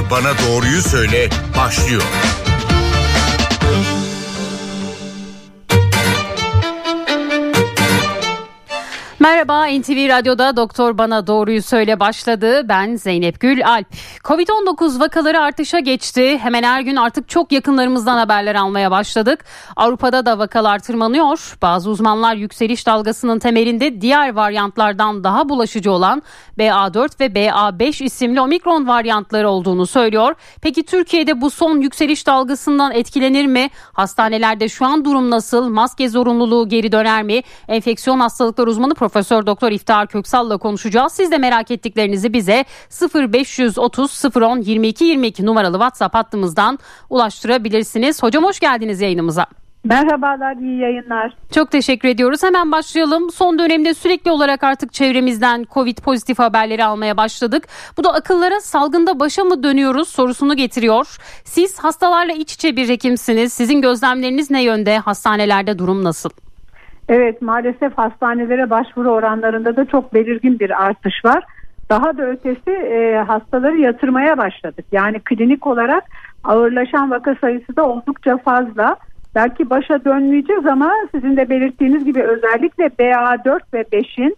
Bana Doğruyu Söyle başlıyor. Merhaba, NTV Radyo'da Doktor Bana Doğruyu Söyle başladı. Ben Zeynep Gül Alp. Covid-19 vakaları artışa geçti. Hemen her gün artık çok yakınlarımızdan haberler almaya başladık. Avrupa'da da vakalar tırmanıyor. Bazı uzmanlar yükseliş dalgasının temelinde diğer varyantlardan daha bulaşıcı olan BA4 ve BA5 isimli omikron varyantları olduğunu söylüyor. Peki Türkiye'de bu son yükseliş dalgasından etkilenir mi? Hastanelerde şu an durum nasıl? Maske zorunluluğu geri döner mi? Enfeksiyon hastalıkları uzmanı Profesör Doktor İftihar Köksal'la konuşacağız. Siz de merak ettiklerinizi bize 0530 010 22 22 numaralı WhatsApp hattımızdan ulaştırabilirsiniz. Hocam hoş geldiniz yayınımıza. Merhabalar, iyi yayınlar. Çok teşekkür ediyoruz. Hemen başlayalım. Son dönemde sürekli olarak artık çevremizden Covid pozitif haberleri almaya başladık. Bu da akıllara salgında başa mı dönüyoruz sorusunu getiriyor. Siz hastalarla iç içe bir hekimsiniz. Sizin gözlemleriniz ne yönde? Hastanelerde durum nasıl? Evet, maalesef hastanelere başvuru oranlarında da çok belirgin bir artış var. Daha da ötesi hastaları yatırmaya başladık. Yani klinik olarak ağırlaşan vaka sayısı da oldukça fazla. Belki başa dönmeyeceğiz ama sizin de belirttiğiniz gibi özellikle BA4 ve 5'in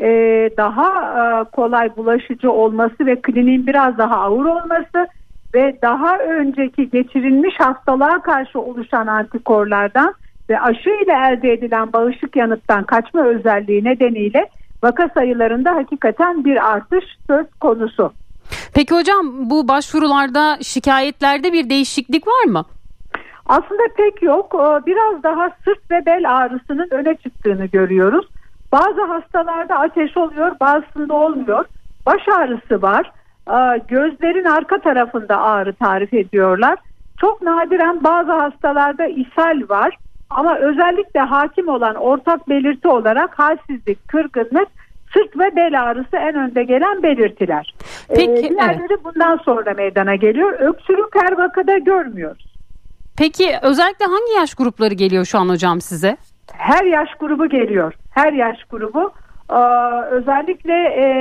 daha kolay bulaşıcı olması ve kliniğin biraz daha ağır olması ve daha önceki geçirilmiş hastalığa karşı oluşan antikorlardan ve aşı ile elde edilen bağışıklık yanıttan kaçma özelliği nedeniyle vaka sayılarında hakikaten bir artış söz konusu. Peki hocam, bu başvurularda, şikayetlerde bir değişiklik var mı? Aslında pek yok. Biraz daha sırt ve bel ağrısının öne çıktığını görüyoruz. Bazı hastalarda ateş oluyor, bazısında olmuyor. Baş ağrısı var. Gözlerin arka tarafında ağrı tarif ediyorlar. Çok nadiren bazı hastalarda ishal var. Ama özellikle hakim olan ortak belirti olarak halsizlik, kırgınlık, sırt ve bel ağrısı en önde gelen belirtiler. Peki, diğerleri evet, bundan sonra meydana geliyor. Öksürük her vakada görmüyoruz. Peki özellikle hangi yaş grupları geliyor şu an hocam size? Her yaş grubu geliyor. Her yaş grubu. Özellikle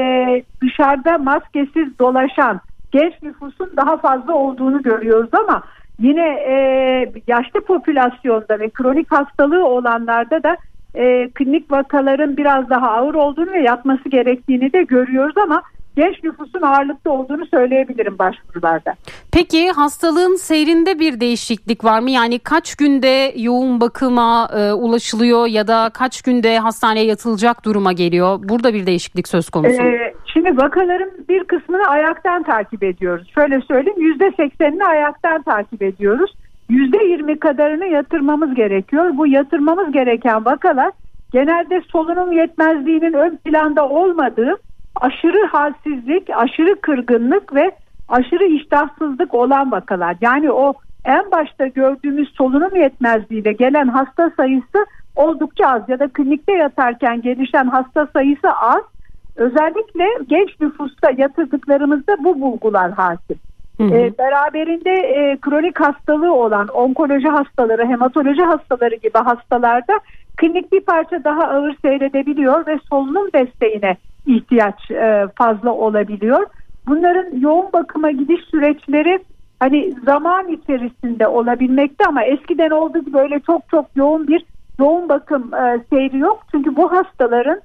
dışarıda maskesiz dolaşan genç nüfusun daha fazla olduğunu görüyoruz ama yine yaşlı popülasyonda ve kronik hastalığı olanlarda da klinik vakaların biraz daha ağır olduğunu ve yatması gerektiğini de görüyoruz ama genç nüfusun ağırlıkta olduğunu söyleyebilirim başvurularda. Peki hastalığın seyrinde bir değişiklik var mı? Yani kaç günde yoğun bakıma ulaşılıyor ya da kaç günde hastaneye yatılacak duruma geliyor? Burada bir değişiklik söz konusu. Şimdi vakaların bir kısmını ayaktan takip ediyoruz. Şöyle söyleyeyim, %80'ini ayaktan takip ediyoruz. %20 kadarını yatırmamız gerekiyor. Bu yatırmamız gereken vakalar genelde solunum yetmezliğinin ön planda olmadığı aşırı halsizlik, aşırı kırgınlık ve aşırı iştahsızlık olan vakalar. Yani o en başta gördüğümüz solunum yetmezliğiyle gelen hasta sayısı oldukça az ya da klinikte yatarken gelişen hasta sayısı az. Özellikle genç nüfusta yatırdıklarımızda bu bulgular hakim. Beraberinde kronik hastalığı olan onkoloji hastaları, hematoloji hastaları gibi hastalarda klinik bir parça daha ağır seyredebiliyor ve solunum desteğine ihtiyaç fazla olabiliyor. Bunların yoğun bakıma gidiş süreçleri hani zaman içerisinde olabilmekte ama eskiden olduğu gibi böyle çok yoğun bir yoğun bakım seyri yok. Çünkü bu hastaların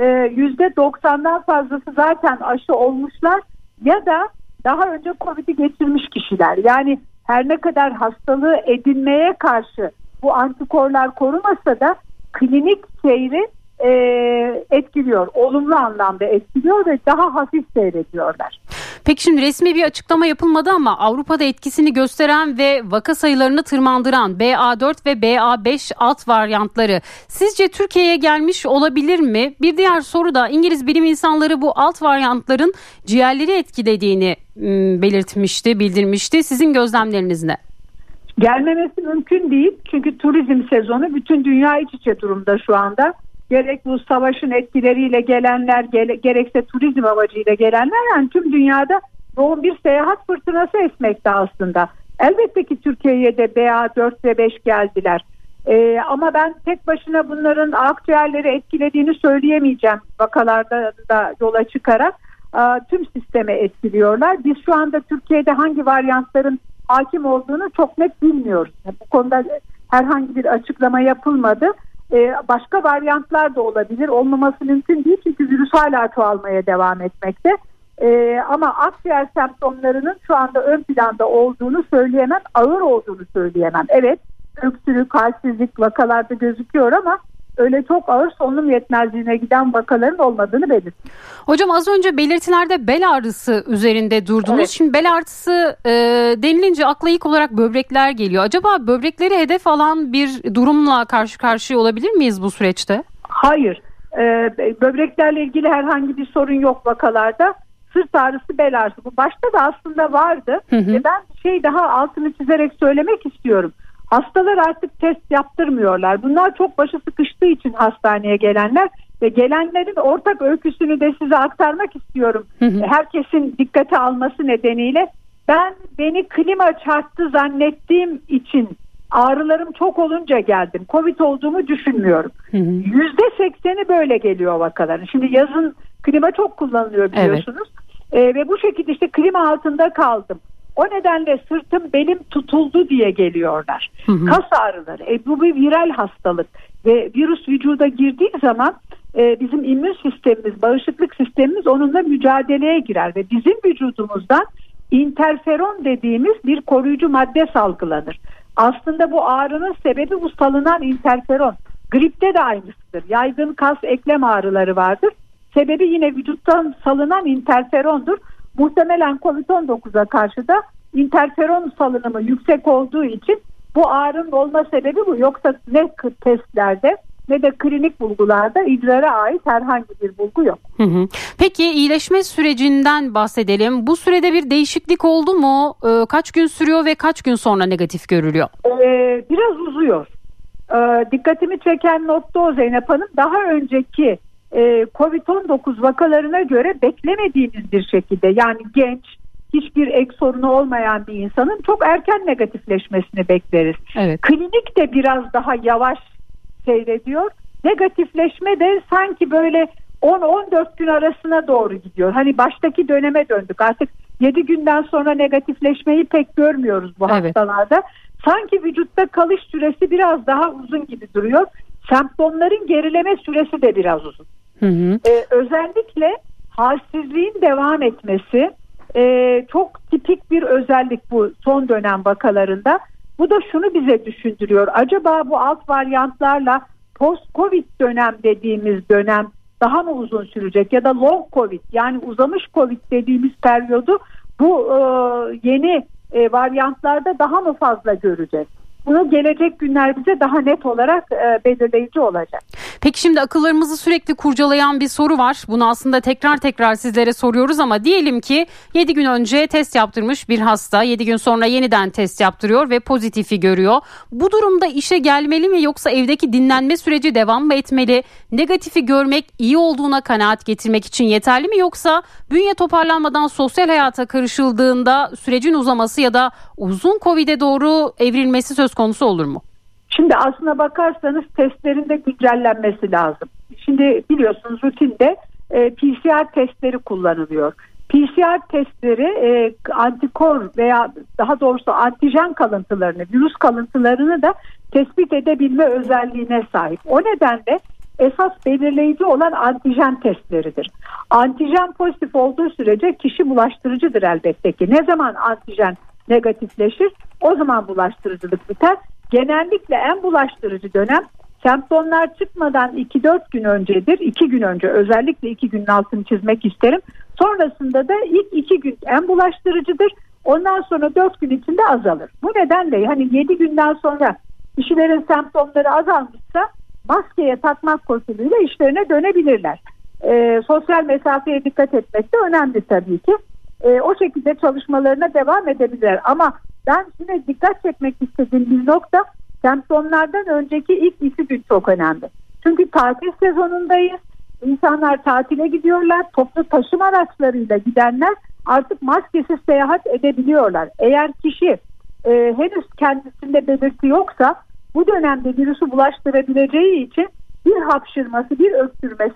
%90'dan fazlası zaten aşı olmuşlar ya da daha önce Covid'i geçirmiş kişiler. Yani her ne kadar hastalığı edinmeye karşı bu antikorlar korumasa da klinik seyri etkiliyor. Olumlu anlamda etkiliyor ve daha hafif seyrediyorlar. Peki şimdi resmi bir açıklama yapılmadı ama Avrupa'da etkisini gösteren ve vaka sayılarını tırmandıran BA4 ve BA5 alt varyantları sizce Türkiye'ye gelmiş olabilir mi? Bir diğer soru da İngiliz bilim insanları bu alt varyantların ciğerleri etkilediğini bildirmişti. Sizin gözlemleriniz ne? Gelmemesi mümkün değil. Çünkü turizm sezonu bütün dünya iç içe durumda şu anda. Gerek bu savaşın etkileriyle gelenler, gerekse turizm amacıyla gelenler, yani tüm dünyada yoğun bir seyahat fırtınası esmekte aslında. Elbette ki Türkiye'ye de BA4 ve 5 geldiler. Ama ben tek başına bunların akciğerleri etkilediğini söyleyemeyeceğim vakalarda da yola çıkarak. tüm sisteme etkiliyorlar. Biz şu anda Türkiye'de hangi varyantların hakim olduğunu çok net bilmiyoruz. Bu konuda herhangi bir açıklama yapılmadı. Başka varyantlar da olabilir. Olmaması mümkün değil çünkü virüs hala çoğalmaya devam etmekte. Ama akciğer semptomlarının şu anda ön planda olduğunu söyleyemem, ağır olduğunu söyleyemem. Evet, öksürük, halsizlik vakalarda gözüküyor ama öyle çok ağır solunum yetmezliğine giden vakaların olmadığını belirtti. Hocam az önce belirtilerde bel ağrısı üzerinde durdunuz. Evet. Şimdi bel ağrısı denilince akla ilk olarak böbrekler geliyor. Acaba böbrekleri hedef alan bir durumla karşı karşıya olabilir miyiz bu süreçte? Hayır. Böbreklerle ilgili herhangi bir sorun yok vakalarda. Sırt ağrısı, bel ağrısı. Bu başta da aslında vardı. Ve ben daha altını çizerek söylemek istiyorum. Hastalar artık test yaptırmıyorlar. Bunlar çok başı sıkıştığı için hastaneye gelenler ve gelenlerin ortak öyküsünü de size aktarmak istiyorum. Herkesin dikkate alması nedeniyle beni klima çarptı zannettiğim için ağrılarım çok olunca geldim. Covid olduğumu düşünmüyorum. %80'i böyle geliyor vakaların. Şimdi yazın klima çok kullanılıyor biliyorsunuz. Evet. Ve bu şekilde işte klima altında kaldım. O nedenle sırtım, belim tutuldu diye geliyorlar. Kas ağrıları. Bu bir viral hastalık ve virüs vücuda girdiği zaman bizim immün sistemimiz, bağışıklık sistemimiz onunla mücadeleye girer ve bizim vücudumuzdan interferon dediğimiz bir koruyucu madde salgılanır. Aslında bu ağrının sebebi bu salınan interferon. Gripte de aynısıdır. Yaygın kas eklem ağrıları vardır. Sebebi yine vücuttan salınan interferondur. Muhtemelen COVID-19'a karşı da interferon salınımı yüksek olduğu için bu ağrının olma sebebi bu. Yoksa ne testlerde ne de klinik bulgularda idrara ait herhangi bir bulgu yok. Peki iyileşme sürecinden bahsedelim. Bu sürede bir değişiklik oldu mu? Kaç gün sürüyor ve kaç gün sonra negatif görülüyor? Biraz uzuyor. Dikkatimi çeken nokta o Zeynep Hanım. Daha önceki COVID-19 vakalarına göre beklemediğimiz bir şekilde, yani genç, hiçbir ek sorunu olmayan bir insanın çok erken negatifleşmesini bekleriz. Evet. Klinik de biraz daha yavaş seyrediyor. Negatifleşme de sanki böyle 10-14 gün arasına doğru gidiyor. Hani baştaki döneme döndük. Artık 7 günden sonra negatifleşmeyi pek görmüyoruz bu hastalarda. Sanki vücutta kalış süresi biraz daha uzun gibi duruyor. Semptomların gerileme süresi de biraz uzun. Özellikle halsizliğin devam etmesi çok tipik bir özellik bu son dönem vakalarında. Bu da şunu bize düşündürüyor. Acaba bu alt varyantlarla post-Covid dönem dediğimiz dönem daha mı uzun sürecek ya da long Covid, yani uzamış Covid dediğimiz periyodu bu yeni varyantlarda daha mı fazla göreceğiz? Bunu gelecek günler bize daha net olarak belirleyici olacak. Peki şimdi akıllarımızı sürekli kurcalayan bir soru var. Bunu aslında tekrar sizlere soruyoruz ama diyelim ki 7 gün önce test yaptırmış bir hasta 7 gün sonra yeniden test yaptırıyor ve pozitifi görüyor. Bu durumda işe gelmeli mi yoksa evdeki dinlenme süreci devam mı etmeli? Negatifi görmek iyi olduğuna kanaat getirmek için yeterli mi yoksa bünye toparlanmadan sosyal hayata karışıldığında sürecin uzaması ya da uzun Covid'e doğru evrilmesi söz konusu olur mu? Şimdi aslına bakarsanız testlerin de güncellenmesi lazım. Şimdi biliyorsunuz rutinde PCR testleri kullanılıyor. PCR testleri antikor veya daha doğrusu antijen kalıntılarını, virüs kalıntılarını da tespit edebilme özelliğine sahip. O nedenle esas belirleyici olan antijen testleridir. Antijen pozitif olduğu sürece kişi bulaştırıcıdır elbette ki. Ne zaman antijen negatifleşir, o zaman bulaştırıcılık biter. Genellikle en bulaştırıcı dönem semptomlar çıkmadan 2-4 gün öncedir. 2 gün önce, özellikle 2 günün altını çizmek isterim. Sonrasında da ilk 2 gün en bulaştırıcıdır. Ondan sonra 4 gün içinde azalır. Bu nedenle hani 7 günden sonra kişilerin semptomları azalmışsa maskeye takmak koşuluyla işlerine dönebilirler. Sosyal mesafeye dikkat etmek de önemli tabii ki. O şekilde çalışmalarına devam edebilirler. Ama ben yine dikkat çekmek istediğim bir nokta, semptomlardan önceki ilk 2 gün çok önemli. Çünkü tatil sezonundayız. İnsanlar tatile gidiyorlar. Toplu taşıma araçlarıyla gidenler artık maskesiz seyahat edebiliyorlar. Eğer kişi henüz kendisinde belirti yoksa bu dönemde virüsü bulaştırabileceği için bir hapşırması, bir öksürmesi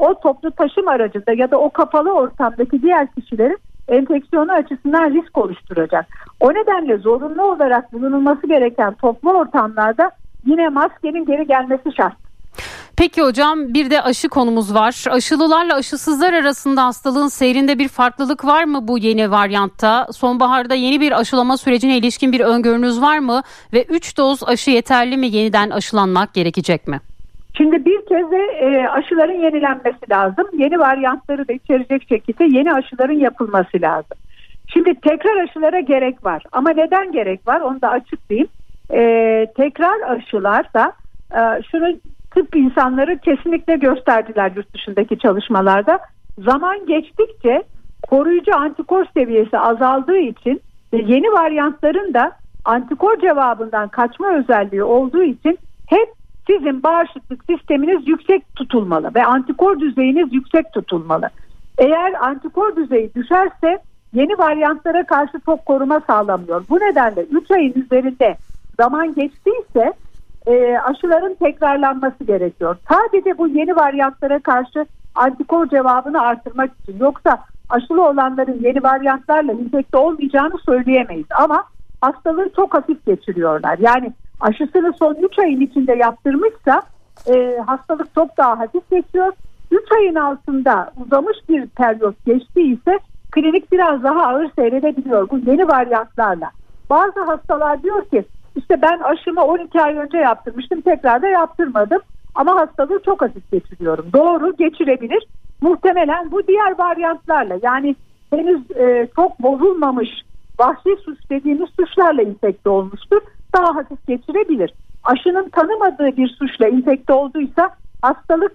o toplu taşıma aracında ya da o kapalı ortamdaki diğer kişilerin enfeksiyonu açısından risk oluşturacak. O nedenle zorunlu olarak bulunulması gereken toplu ortamlarda yine maskenin geri gelmesi şart. Peki hocam, bir de aşı konumuz var. Aşılılarla aşısızlar arasında hastalığın seyrinde bir farklılık var mı bu yeni varyantta? Sonbaharda yeni bir aşılama sürecine ilişkin bir öngörünüz var mı? Ve 3 doz aşı yeterli mi? Yeniden aşılanmak gerekecek mi? Şimdi bir kez de aşıların yenilenmesi lazım. Yeni varyantları da içerecek şekilde yeni aşıların yapılması lazım. Şimdi tekrar aşılara gerek var. Ama neden gerek var? Onu da açıklayayım. Tekrar aşılar da şunu tıp insanları kesinlikle gösterdiler yurt dışındaki çalışmalarda. Zaman geçtikçe koruyucu antikor seviyesi azaldığı için ve yeni varyantların da antikor cevabından kaçma özelliği olduğu için hep sizin bağışıklık sisteminiz yüksek tutulmalı ve antikor düzeyiniz yüksek tutulmalı. Eğer antikor düzeyi düşerse yeni varyantlara karşı çok koruma sağlamıyor. Bu nedenle 3 ayın üzerinde zaman geçtiyse aşıların tekrarlanması gerekiyor. Sadece bu yeni varyantlara karşı antikor cevabını artırmak için, yoksa aşılı olanların yeni varyantlarla infekte olmayacağını söyleyemeyiz. Ama hastalığı çok hafif geçiriyorlar. Yani aşısını son 3 ayın içinde yaptırmışsa hastalık çok daha hafif geçiyor. 3 ayın altında uzamış bir periyot geçtiyse klinik biraz daha ağır seyredebiliyor bu yeni varyantlarla. Bazı hastalar diyor ki işte ben aşımı 12 ay önce yaptırmıştım, tekrar da yaptırmadım ama hastalığı çok hafif geçiriyorum. Doğru, geçirebilir. Muhtemelen bu diğer varyantlarla, yani henüz çok bozulmamış vahşi suç dediğimiz suçlarla infekte olmuştur. Daha hafif geçirebilir. Aşının tanımadığı bir suçla infekte olduysa hastalık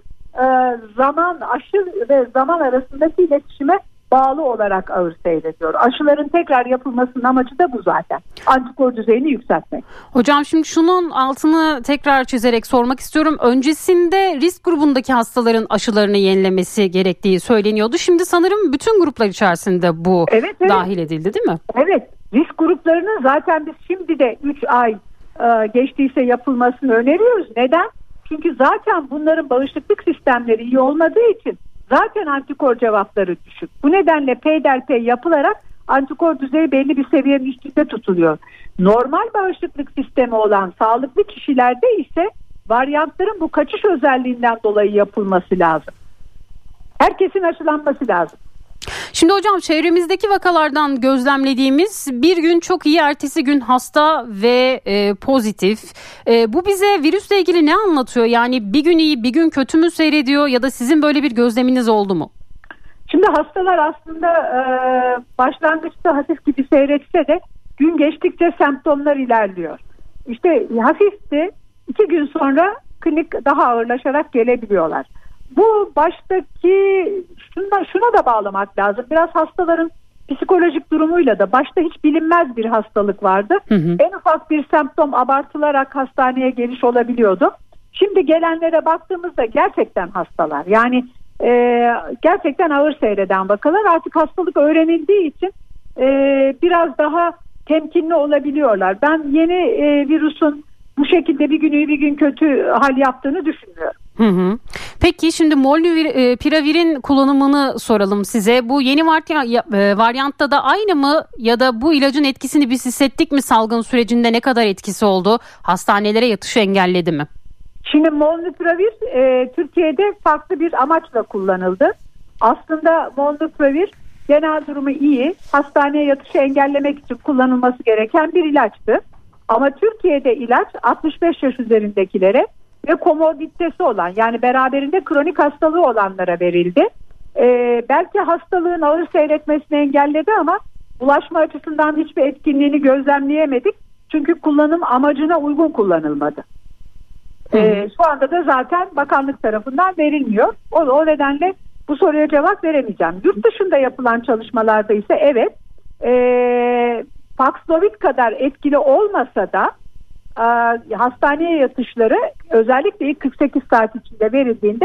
aşı ve zaman arasındaki iletişime bağlı olarak ağır seyrediyor. Aşıların tekrar yapılmasının amacı da bu zaten. Antikor düzeyini yükseltmek. Hocam şimdi şunun altını tekrar çizerek sormak istiyorum. Öncesinde risk grubundaki hastaların aşılarını yenilemesi gerektiği söyleniyordu. Şimdi sanırım bütün gruplar içerisinde bu dahil edildi, değil mi? Evet. Risk gruplarının zaten biz şimdi de 3 ay geçtiyse yapılmasını öneriyoruz. Neden? Çünkü zaten bunların bağışıklık sistemleri iyi olmadığı için zaten antikor cevapları düşük. Bu nedenle peyderpey yapılarak antikor düzeyi belli bir seviyenin üstünde tutuluyor. Normal bağışıklık sistemi olan sağlıklı kişilerde ise varyantların bu kaçış özelliğinden dolayı yapılması lazım. Herkesin aşılanması lazım. Şimdi hocam, çevremizdeki vakalardan gözlemlediğimiz bir gün çok iyi, ertesi gün hasta ve pozitif. Bu bize virüsle ilgili ne anlatıyor? Yani bir gün iyi, bir gün kötü mü seyrediyor ya da sizin böyle bir gözleminiz oldu mu? Şimdi hastalar aslında başlangıçta hafif gibi seyretse de gün geçtikçe semptomlar ilerliyor. İşte hafifti, 2 gün sonra klinik daha ağırlaşarak gelebiliyorlar. Bu baştaki şuna da bağlamak lazım. Biraz hastaların psikolojik durumuyla da, başta hiç bilinmez bir hastalık vardı. En ufak bir semptom abartılarak hastaneye geliş olabiliyordu. Şimdi gelenlere baktığımızda gerçekten hastalar. Yani gerçekten ağır seyreden vakalar, artık hastalık öğrenildiği için biraz daha temkinli olabiliyorlar. Ben yeni virüsün bu şekilde bir gün iyi bir gün kötü hal yaptığını düşünmüyorum. Peki şimdi molnupiravir'in kullanımını soralım size. Bu yeni varyantta da aynı mı ya da bu ilacın etkisini biz hissettik mi salgın sürecinde, ne kadar etkisi oldu? Hastanelere yatışı engelledi mi? Şimdi molnupiravir Türkiye'de farklı bir amaçla kullanıldı. Aslında molnupiravir genel durumu iyi, hastaneye yatışı engellemek için kullanılması gereken bir ilaçtı. Ama Türkiye'de ilaç 65 yaş üzerindekilere ve komorbiditesi olan, yani beraberinde kronik hastalığı olanlara verildi. Belki hastalığın ağır seyretmesini engelledi ama bulaşma açısından hiçbir etkinliğini gözlemleyemedik. Çünkü kullanım amacına uygun kullanılmadı. Şu anda da zaten bakanlık tarafından verilmiyor. O nedenle bu soruya cevap veremeyeceğim. Yurt dışında yapılan çalışmalarda ise evet, Paxlovid kadar etkili olmasa da hastaneye yatışları özellikle ilk 48 saat içinde verildiğinde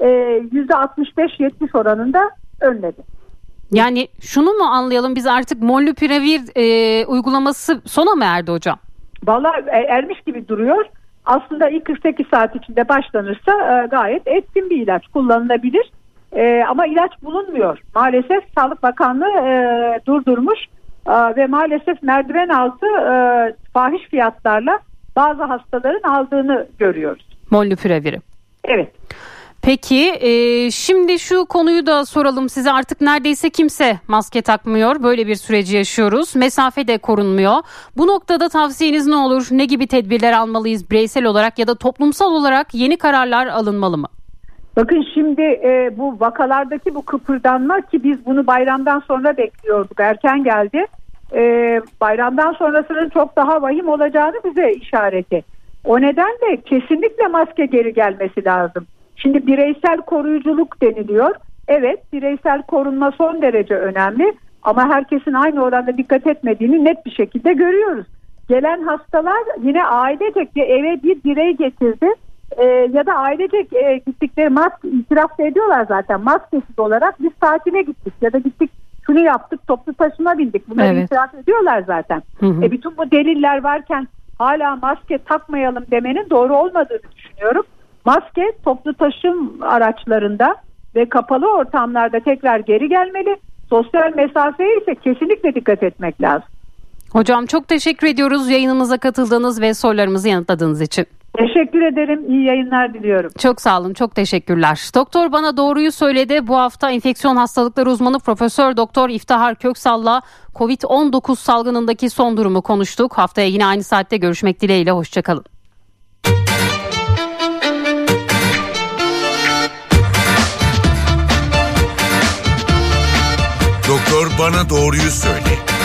%65-70 oranında önledi. Yani şunu mu anlayalım, biz artık molnupiravir uygulaması sona mı erdi hocam? Vallahi ermiş gibi duruyor. Aslında ilk 48 saat içinde başlanırsa gayet etkin bir ilaç, kullanılabilir. Ama ilaç bulunmuyor. Maalesef Sağlık Bakanlığı durdurmuş ve maalesef merdiven altı fahiş fiyatlarla bazı hastaların aldığını görüyoruz. Molnupiravir. Evet. Peki şimdi şu konuyu da soralım size. Artık neredeyse kimse maske takmıyor. Böyle bir süreci yaşıyoruz. Mesafe de korunmuyor. Bu noktada tavsiyeniz ne olur? Ne gibi tedbirler almalıyız bireysel olarak ya da toplumsal olarak yeni kararlar alınmalı mı? Bakın şimdi bu vakalardaki bu kıpırdanma ki biz bunu bayramdan sonra bekliyorduk. Erken geldi. Bayramdan sonrasının çok daha vahim olacağını bize işareti. O nedenle kesinlikle maske geri gelmesi lazım. Şimdi bireysel koruyuculuk deniliyor. Evet, bireysel korunma son derece önemli ama herkesin aynı oranda dikkat etmediğini net bir şekilde görüyoruz. Gelen hastalar yine ailecek eve bir birey getirdi ya da ailecek gittikleri itiraf ediyorlar zaten maskesiz olarak biz tatile gittik ya da gittik şunu yaptık toplu taşıma bindik bunları itiraf ediyorlar zaten. Bütün bu deliller varken hala maske takmayalım demenin doğru olmadığını düşünüyorum. Maske toplu taşım araçlarında ve kapalı ortamlarda tekrar geri gelmeli. Sosyal mesafeye ise kesinlikle dikkat etmek lazım. Hocam çok teşekkür ediyoruz yayınımıza katıldığınız ve sorularımızı yanıtladığınız için. Teşekkür ederim. İyi yayınlar diliyorum. Çok sağ olun. Çok teşekkürler. Doktor Bana Doğruyu Söyledi. Bu hafta enfeksiyon hastalıkları uzmanı Profesör Doktor İftihar Köksal'la Covid-19 salgınındaki son durumu konuştuk. Haftaya yine aynı saatte görüşmek dileğiyle. Hoşçakalın. Doktor Bana Doğruyu Söyle.